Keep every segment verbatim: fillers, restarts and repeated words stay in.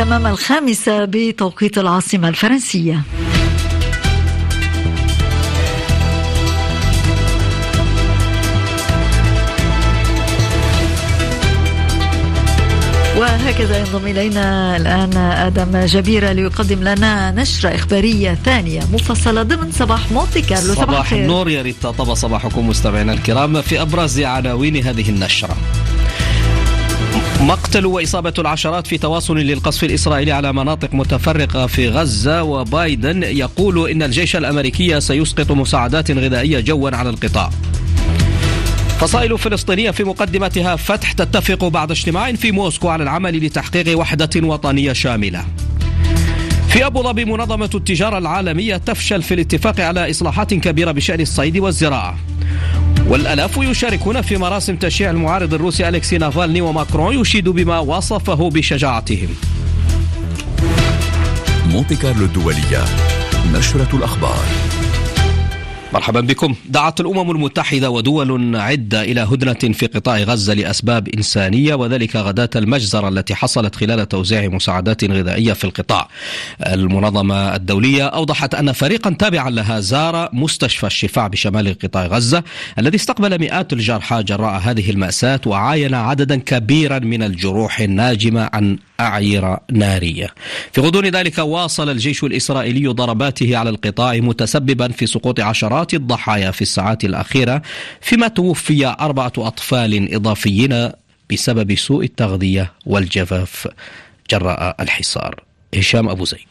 تمام الخامسة بتوقيت العاصمة الفرنسية. وهكذا ينضم إلينا الآن آدم جبيرة ليقدم لنا نشرة إخبارية ثانية مفصلة ضمن صباح مونتي كارلو. صباح النور يا ريت. طب صباحكم مستمعينا الكرام. في أبرز عناوين هذه النشرة: مقتل وإصابة العشرات في تواصل للقصف الإسرائيلي على مناطق متفرقة في غزة، وبايدن يقول إن الجيش الأمريكي سيسقط مساعدات غذائية جوا على القطاع. فصائل فلسطينية في مقدمتها فتح تتفق بعد اجتماع في موسكو على العمل لتحقيق وحدة وطنية شاملة. في أبو ظبي منظمة التجارة العالمية تفشل في الاتفاق على إصلاحات كبيرة بشأن الصيد والزراعة. والألاف يشاركون في مراسم تشييع المعارض الروسي أليكسي نافالني، وماكرون يشيد بما وصفه بشجاعتهم. مونتي كارلو الدولية، نشرة الأخبار. مرحبا بكم. دعت الأمم المتحدة ودول عدة إلى هدنة في قطاع غزة لأسباب إنسانية، وذلك غداة المجزرة التي حصلت خلال توزيع مساعدات غذائية في القطاع. المنظمة الدولية أوضحت أن فريقا تابعا لها زار مستشفى الشفاء بشمال قطاع غزة الذي استقبل مئات الجرحى جراء هذه المأساة، وعاين عددا كبيرا من الجروح الناجمة عن أعير نارية. في غضون ذلك واصل الجيش الإسرائيلي ضرباته على القطاع متسببا في سقوط عشرات الضحايا في الساعات الأخيرة، فيما توفي أربعة أطفال إضافيين بسبب سوء التغذية والجفاف جراء الحصار. هشام أبو زيد.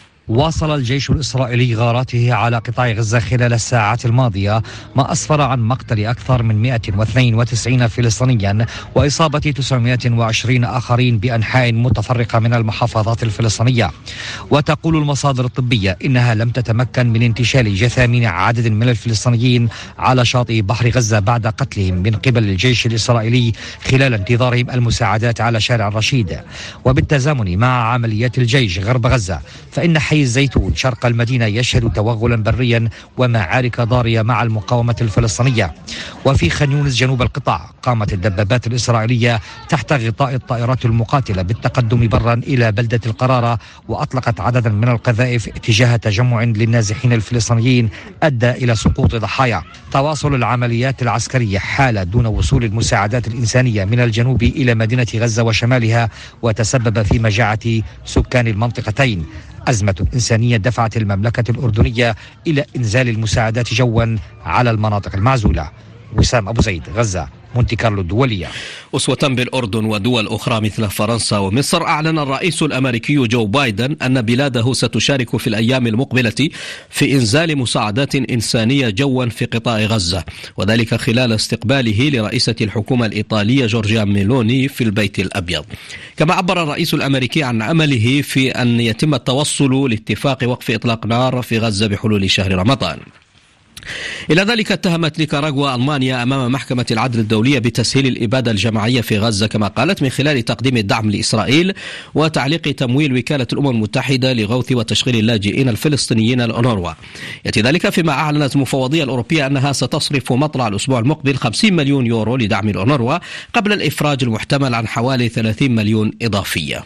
واصل الجيش الإسرائيلي غاراته على قطاع غزة خلال الساعات الماضية، ما أسفر عن مقتل أكثر من مئة واثنين وتسعين فلسطينيا وإصابة تسعمئة وعشرين آخرين بأنحاء متفرقة من المحافظات الفلسطينية. وتقول المصادر الطبية إنها لم تتمكن من انتشال جثامين عدد من الفلسطينيين على شاطئ بحر غزة بعد قتلهم من قبل الجيش الإسرائيلي خلال انتظارهم المساعدات على شارع الرشيد. وبالتزامن مع عمليات الجيش غرب غزة، فإن حي الزيتون شرق المدينة يشهد توغلا بريا ومعارك ضارية مع المقاومة الفلسطينية. وفي خان يونس جنوب القطاع قامت الدبابات الإسرائيلية تحت غطاء الطائرات المقاتلة بالتقدم برا إلى بلدة القرارة، وأطلقت عددا من القذائف اتجاه تجمع للنازحين الفلسطينيين أدى إلى سقوط ضحايا. تواصل العمليات العسكرية حال دون وصول المساعدات الإنسانية من الجنوب إلى مدينة غزة وشمالها، وتسبب في مجاعة سكان المنطقتين. أزمة إنسانية دفعت المملكة الأردنية إلى إنزال المساعدات جوا على المناطق المعزولة. وسام أبو زيد، غزة، مونتي كارلو الدولية. أسوة بالأردن ودول أخرى مثل فرنسا ومصر، أعلن الرئيس الأمريكي جو بايدن أن بلاده ستشارك في الأيام المقبلة في إنزال مساعدات إنسانية جوا في قطاع غزة، وذلك خلال استقباله لرئيسة الحكومة الإيطالية جورجيا ميلوني في البيت الأبيض. كما عبر الرئيس الأمريكي عن أمله في أن يتم التوصل لاتفاق وقف إطلاق نار في غزة بحلول شهر رمضان. إلى ذلك اتهمت نيكاراغوا ألمانيا أمام محكمة العدل الدولية بتسهيل الإبادة الجماعية في غزة، كما قالت من خلال تقديم الدعم لإسرائيل وتعليق تمويل وكالة الأمم المتحدة لغوث وتشغيل اللاجئين الفلسطينيين الأونروا. يأتي ذلك فيما أعلنت المفوضية الأوروبية أنها ستصرف مطلع الأسبوع المقبل خمسين مليون يورو لدعم الأونروا قبل الإفراج المحتمل عن حوالي ثلاثين مليون إضافية.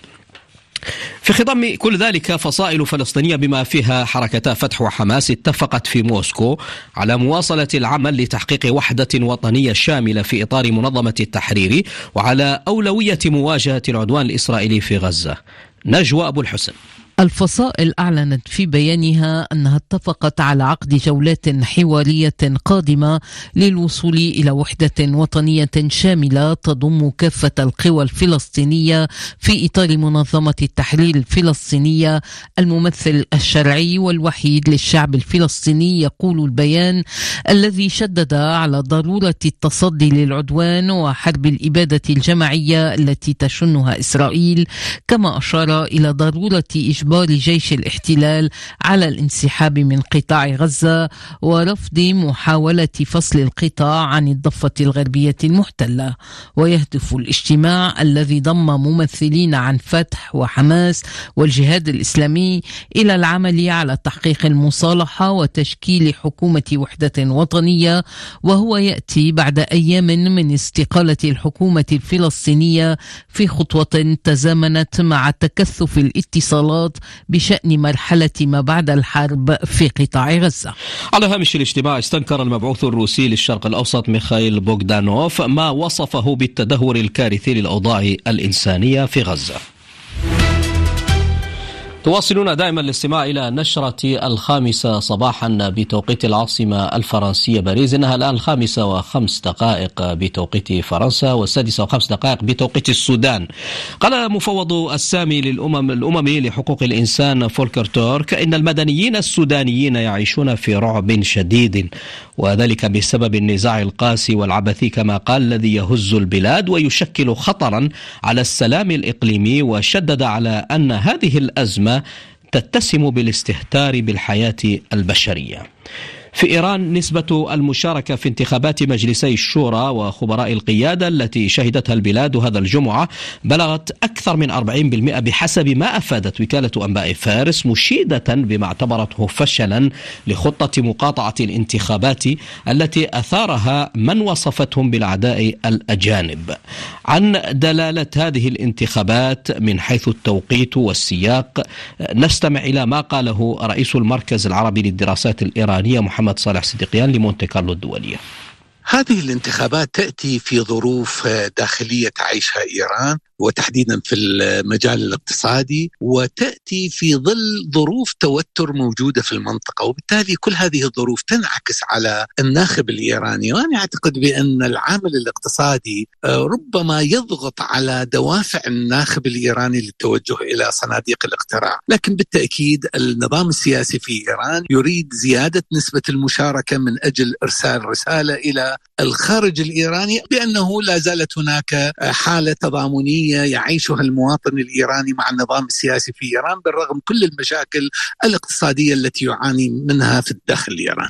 في خضم كل ذلك، فصائل فلسطينية بما فيها حركتا فتح وحماس اتفقت في موسكو على مواصلة العمل لتحقيق وحدة وطنية شاملة في إطار منظمة التحرير، وعلى أولوية مواجهة العدوان الإسرائيلي في غزة. نجوى أبو الحسن. الفصائل أعلنت في بيانها أنها اتفقت على عقد جولات حوارية قادمة للوصول إلى وحدة وطنية شاملة تضم كافة القوى الفلسطينية في إطار منظمة التحرير الفلسطينية الممثل الشرعي والوحيد للشعب الفلسطيني. يقول البيان الذي شدد على ضرورة التصدي للعدوان وحرب الإبادة الجماعية التي تشنها إسرائيل، كما أشار إلى ضرورة إجبار إجبار جيش الاحتلال على الانسحاب من قطاع غزة ورفض محاولة فصل القطاع عن الضفة الغربية المحتلة. ويهدف الاجتماع الذي ضم ممثلين عن فتح وحماس والجهاد الإسلامي إلى العمل على تحقيق المصالحة وتشكيل حكومة وحدة وطنية، وهو يأتي بعد أيام من استقالة الحكومة الفلسطينية في خطوة تزامنت مع تكثف الاتصالات بشأن مرحلة ما بعد الحرب في قطاع غزة. على هامش الاجتماع استنكر المبعوث الروسي للشرق الأوسط ميخائيل بوغدانوف ما وصفه بالتدهور الكارثي للأوضاع الإنسانية في غزة. تواصلون دائما الاستماع إلى نشرة الخامسة صباحا بتوقيت العاصمة الفرنسية باريس. إنها الآن الخامسة وخمس دقائق بتوقيت فرنسا والسادسة وخمس دقائق بتوقيت السودان. قال مفوض السامي للأمم الأممي لحقوق الإنسان فولكر تورك إن المدنيين السودانيين يعيشون في رعب شديد، وذلك بسبب النزاع القاسي والعبثي كما قال الذي يهز البلاد ويشكل خطرا على السلام الإقليمي، وشدد على أن هذه الأزمة تتسم بالاستهتار بالحياة البشرية. في إيران نسبة المشاركة في انتخابات مجلسي الشورى وخبراء القيادة التي شهدتها البلاد هذا الجمعة بلغت أكثر من أربعين بالمئة بحسب ما أفادت وكالة أنباء فارس، مشيدة بما اعتبرته فشلا لخطة مقاطعة الانتخابات التي أثارها من وصفتهم بالأعداء الأجانب. عن دلالة هذه الانتخابات من حيث التوقيت والسياق نستمع إلى ما قاله رئيس المركز العربي للدراسات الإيرانية محمد صالح صديقيان لمونتي كارلو الدولية. هذه الانتخابات تأتي في ظروف داخلية تعيشها إيران وتحديدا في المجال الاقتصادي، وتأتي في ظل ظروف توتر موجودة في المنطقة، وبالتالي كل هذه الظروف تنعكس على الناخب الإيراني. وأنا أعتقد بأن العامل الاقتصادي ربما يضغط على دوافع الناخب الإيراني للتوجه إلى صناديق الاقتراع، لكن بالتأكيد النظام السياسي في إيران يريد زيادة نسبة المشاركة من أجل إرسال رسالة إلى الخارج الإيراني بأنه لا زالت هناك حالة تضامنية يعيشها المواطن الإيراني مع النظام السياسي في إيران بالرغم كل المشاكل الاقتصادية التي يعاني منها في الداخل الإيراني.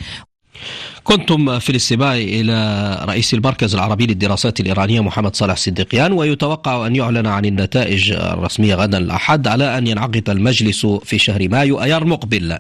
كنتم في الاستماع إلى رئيس المركز العربي للدراسات الإيرانية محمد صالح صديقيان. ويتوقع أن يعلن عن النتائج الرسمية غدا الأحد على أن ينعقد المجلس في شهر مايو أيار مقبل.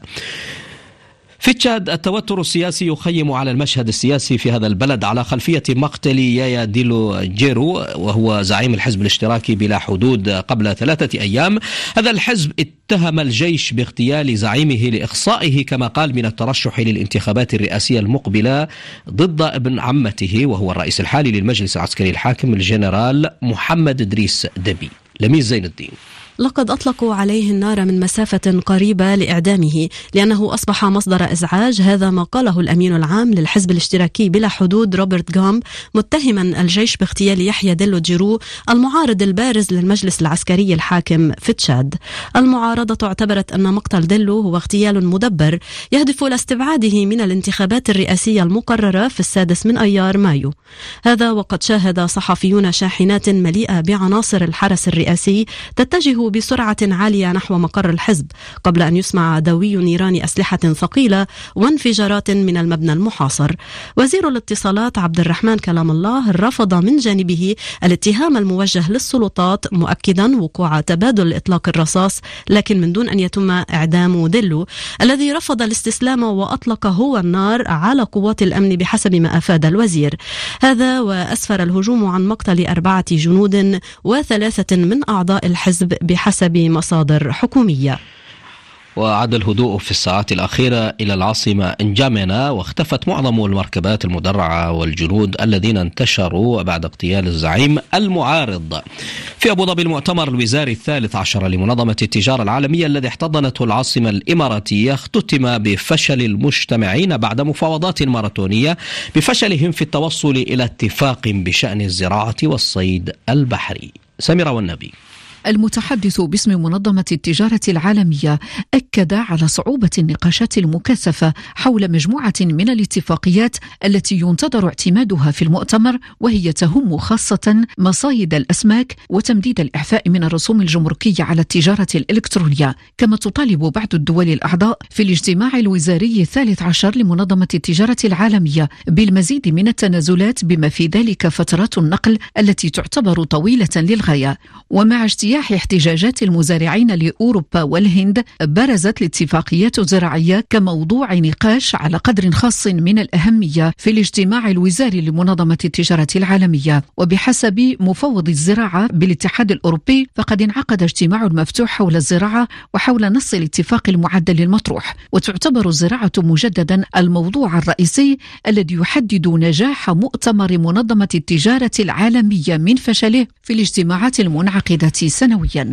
في تشاد التوتر السياسي يخيم على المشهد السياسي في هذا البلد على خلفية مقتل يايا ديلو جيرو وهو زعيم الحزب الاشتراكي بلا حدود قبل ثلاثة أيام. هذا الحزب اتهم الجيش باغتيال زعيمه لإخصائه كما قال من الترشح للانتخابات الرئاسية المقبلة ضد ابن عمته وهو الرئيس الحالي للمجلس العسكري الحاكم الجنرال محمد إدريس دبي. لميس زين الدين. لقد أطلقوا عليه النار من مسافة قريبة لإعدامه لأنه أصبح مصدر إزعاج. هذا ما قاله الأمين العام للحزب الاشتراكي بلا حدود روبرت جامب متهما الجيش باغتيال يحيى ديلو جيرو المعارض البارز للمجلس العسكري الحاكم في تشاد. المعارضة اعتبرت أن مقتل ديلو هو اغتيال مدبر يهدف إلى استبعاده من الانتخابات الرئاسية المقررة في السادس من أيار مايو. هذا وقد شاهد صحفيون شاحنات مليئة بعناصر الحرس الرئاسي تتجه بسرعة عالية نحو مقر الحزب قبل أن يسمع دوي نيران أسلحة ثقيلة وانفجارات من المبنى المحاصر. وزير الاتصالات عبد الرحمن كلام الله رفض من جانبه الاتهام الموجه للسلطات مؤكدا وقوع تبادل إطلاق الرصاص لكن من دون أن يتم إعدام ديلو الذي رفض الاستسلام وأطلق هو النار على قوات الأمن بحسب ما أفاد الوزير. هذا وأسفر الهجوم عن مقتل أربعة جنود وثلاثة من أعضاء الحزب بحسب مصادر حكومية. وعاد الهدوء في الساعات الأخيرة إلى العاصمة انجامينا واختفت معظم المركبات المدرعة والجنود الذين انتشروا بعد اغتيال الزعيم المعارض. في أبو ظبي المؤتمر الوزاري الثالث عشر لمنظمة التجارة العالمية الذي احتضنته العاصمة الإماراتية اختتم بفشل المجتمعين بعد مفاوضات ماراثونية بفشلهم في التوصل إلى اتفاق بشأن الزراعة والصيد البحري. سميرة والنبي. المتحدث باسم منظمة التجارة العالمية أكد على صعوبة النقاشات المكثفة حول مجموعة من الاتفاقيات التي ينتظر اعتمادها في المؤتمر، وهي تهم خاصة مصايد الأسماك وتمديد الإعفاء من الرسوم الجمركية على التجارة الإلكترونية. كما تطالب بعض الدول الأعضاء في الاجتماع الوزاري الثالث عشر لمنظمة التجارة العالمية بالمزيد من التنازلات، بما في ذلك فترات النقل التي تعتبر طويلة للغاية. ومع اجتياح احتجاجات المزارعين لأوروبا والهند، برزت الاتفاقيات الزراعية كموضوع نقاش على قدر خاص من الأهمية في الاجتماع الوزاري لمنظمة التجارة العالمية. وبحسب مفوض الزراعة بالاتحاد الأوروبي، فقد انعقد اجتماع مفتوح حول الزراعة وحول نص الاتفاق المعدل المطروح، وتعتبر الزراعة مجددا الموضوع الرئيسي الذي يحدد نجاح مؤتمر منظمة التجارة العالمية من فشله في الاجتماعات المنعقدة سنويا.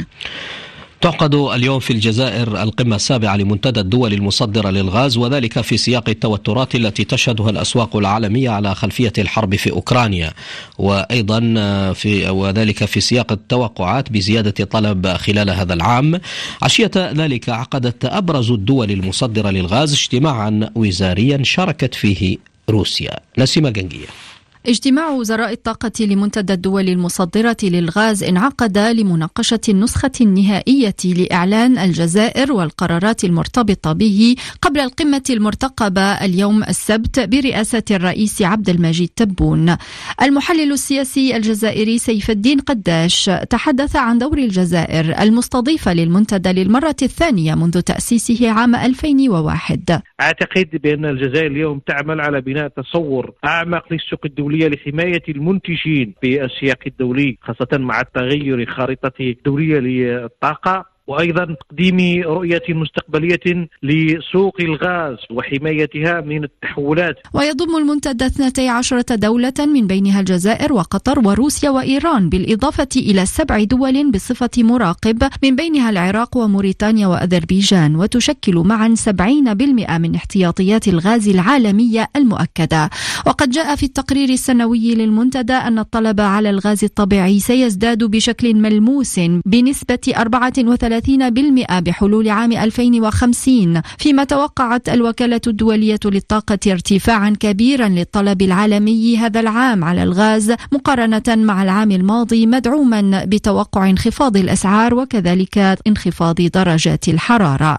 تعقد اليوم في الجزائر القمة السابعة لمنتدى الدول المصدرة للغاز، وذلك في سياق التوترات التي تشهدها الأسواق العالمية على خلفية الحرب في أوكرانيا، وأيضا في وذلك في سياق التوقعات بزيادة الطلب خلال هذا العام. عشية ذلك عقدت أبرز الدول المصدرة للغاز اجتماعا وزاريا شاركت فيه روسيا. نسيمة جنجية. اجتماع وزراء الطاقة لمنتدى الدول المصدرة للغاز انعقد لمناقشة النسخة النهائية لإعلان الجزائر والقرارات المرتبطة به قبل القمة المرتقبة اليوم السبت برئاسة الرئيس عبد المجيد تبون. المحلل السياسي الجزائري سيف الدين قداش تحدث عن دور الجزائر المستضيفة للمنتدى للمرة الثانية منذ تأسيسه عام ألفين وواحد. أعتقد بأن الجزائر اليوم تعمل على بناء تصور أعمق للسوق الدولي لحماية المنتجين في السياق الدولي، خاصة مع التغير خارطة الدولية للطاقة، وأيضا تقديم رؤية مستقبلية لسوق الغاز وحمايتها من التحولات. ويضم المنتدى اثنتي عشرة دولة من بينها الجزائر وقطر وروسيا وإيران، بالإضافة إلى سبع دول بصفة مراقب من بينها العراق وموريتانيا وأذربيجان، وتشكل معا سبعين بالمئة من احتياطيات الغاز العالمية المؤكدة. وقد جاء في التقرير السنوي للمنتدى أن الطلب على الغاز الطبيعي سيزداد بشكل ملموس بنسبة أربعة وثلاثين بالمئة بحلول عام ألفين وخمسين، فيما توقعت الوكالة الدولية للطاقة ارتفاعا كبيرا للطلب العالمي هذا العام على الغاز مقارنة مع العام الماضي، مدعوما بتوقع انخفاض الأسعار وكذلك انخفاض درجات الحرارة.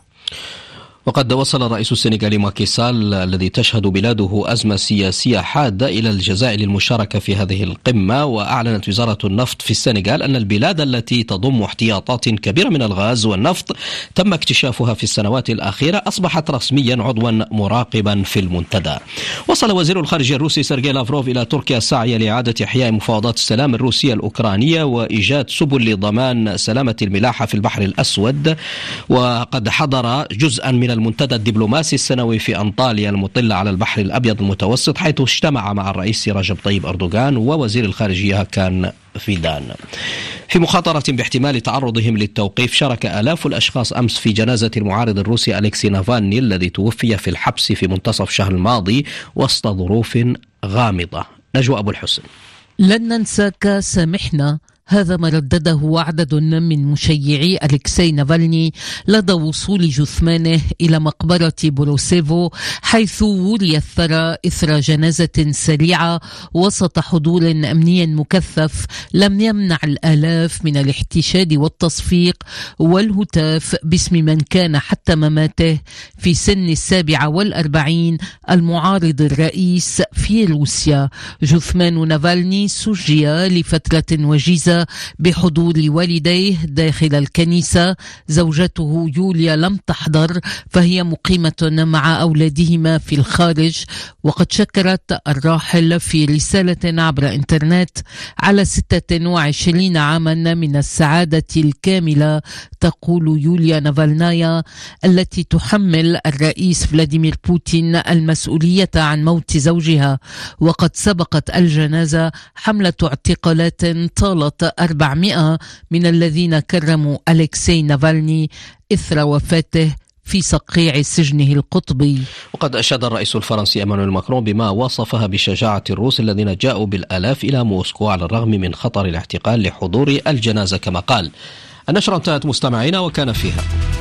وقد وصل الرئيس السنغالي ماكي سال الذي تشهد بلاده أزمة سياسية حادة إلى الجزائر للمشاركة في هذه القمة. وأعلنت وزارة النفط في السنغال أن البلاد التي تضم احتياطات كبيرة من الغاز والنفط تم اكتشافها في السنوات الأخيرة أصبحت رسميا عضوا مراقبا في المنتدى. وصل وزير الخارجية الروسي سيرجي لافروف إلى تركيا ساعيا لإعادة إحياء مفاوضات السلام الروسية الأوكرانية وإيجاد سبل لضمان سلامة الملاحة في البحر الأسود. وقد حضر جزءا من المنتدى الدبلوماسي السنوي في أنطاليا المطلة على البحر الأبيض المتوسط، حيث اجتمع مع الرئيس رجب طيب أردوغان ووزير الخارجية هاكان فيدان. في مخاطرة باحتمال تعرضهم للتوقيف، شارك آلاف الأشخاص أمس في جنازة المعارض الروسي أليكسي نافالني الذي توفي في الحبس في منتصف الشهر الماضي وسط ظروف غامضة. نجوى أبو الحسن. لن ننساك سامحنا، هذا ما ردده عدد من مشيعي أليكسي نافالني لدى وصول جثمانه إلى مقبرة بروسيفو، حيث ولي الثرى إثر جنازة سريعة وسط حضور أمني مكثف لم يمنع الآلاف من الاحتشاد والتصفيق والهتاف باسم من كان حتى مماته في سن السابعة والأربعين المعارض الرئيس في روسيا. جثمان نافالني سجي لفترة وجيزة بحضور والديه داخل الكنيسة. زوجته يوليا لم تحضر، فهي مقيمة مع أولادهما في الخارج. وقد شكرت الراحل في رسالة عبر إنترنت على ستة وعشرين عاما من السعادة الكاملة، تقول يوليا نافالنايا التي تحمل الرئيس فلاديمير بوتين المسؤولية عن موت زوجها. وقد سبقت الجنازة حملة اعتقالات طالت أربعمائة من الذين كرموا أليكسي نافالني إثر وفاته في صقيع سجنه القطبي. وقد أشاد الرئيس الفرنسي إيمانويل ماكرون بما وصفها بشجاعة الروس الذين جاءوا بالآلاف إلى موسكو على الرغم من خطر الاحتقال لحضور الجنازة. كما قال: النشرة انتهت مستمعينا، وكان فيها: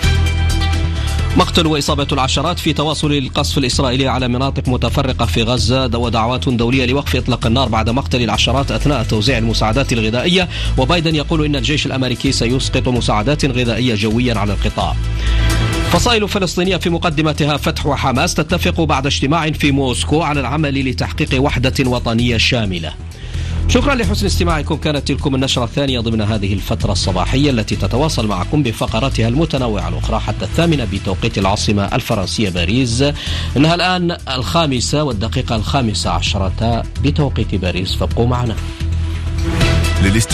مقتل وإصابة العشرات في تواصل القصف الإسرائيلي على مناطق متفرقة في غزة، ودعوات دولية لوقف إطلاق النار بعد مقتل العشرات أثناء توزيع المساعدات الغذائية، وبايدن يقول إن الجيش الأمريكي سيسقط مساعدات غذائية جويا على القطاع. فصائل فلسطينية في مقدمتها فتح وحماس تتفق بعد اجتماع في موسكو على العمل لتحقيق وحدة وطنية شاملة. شكرا لحسن استماعكم. كانت تلكم النشرة الثانية ضمن هذه الفترة الصباحية التي تتواصل معكم بفقراتها المتنوعة الأخرى حتى الثامنة بتوقيت العاصمة الفرنسية باريس. إنها الآن الخامسة والدقيقة الخامسة عشرة بتوقيت باريس، فابقوا معنا.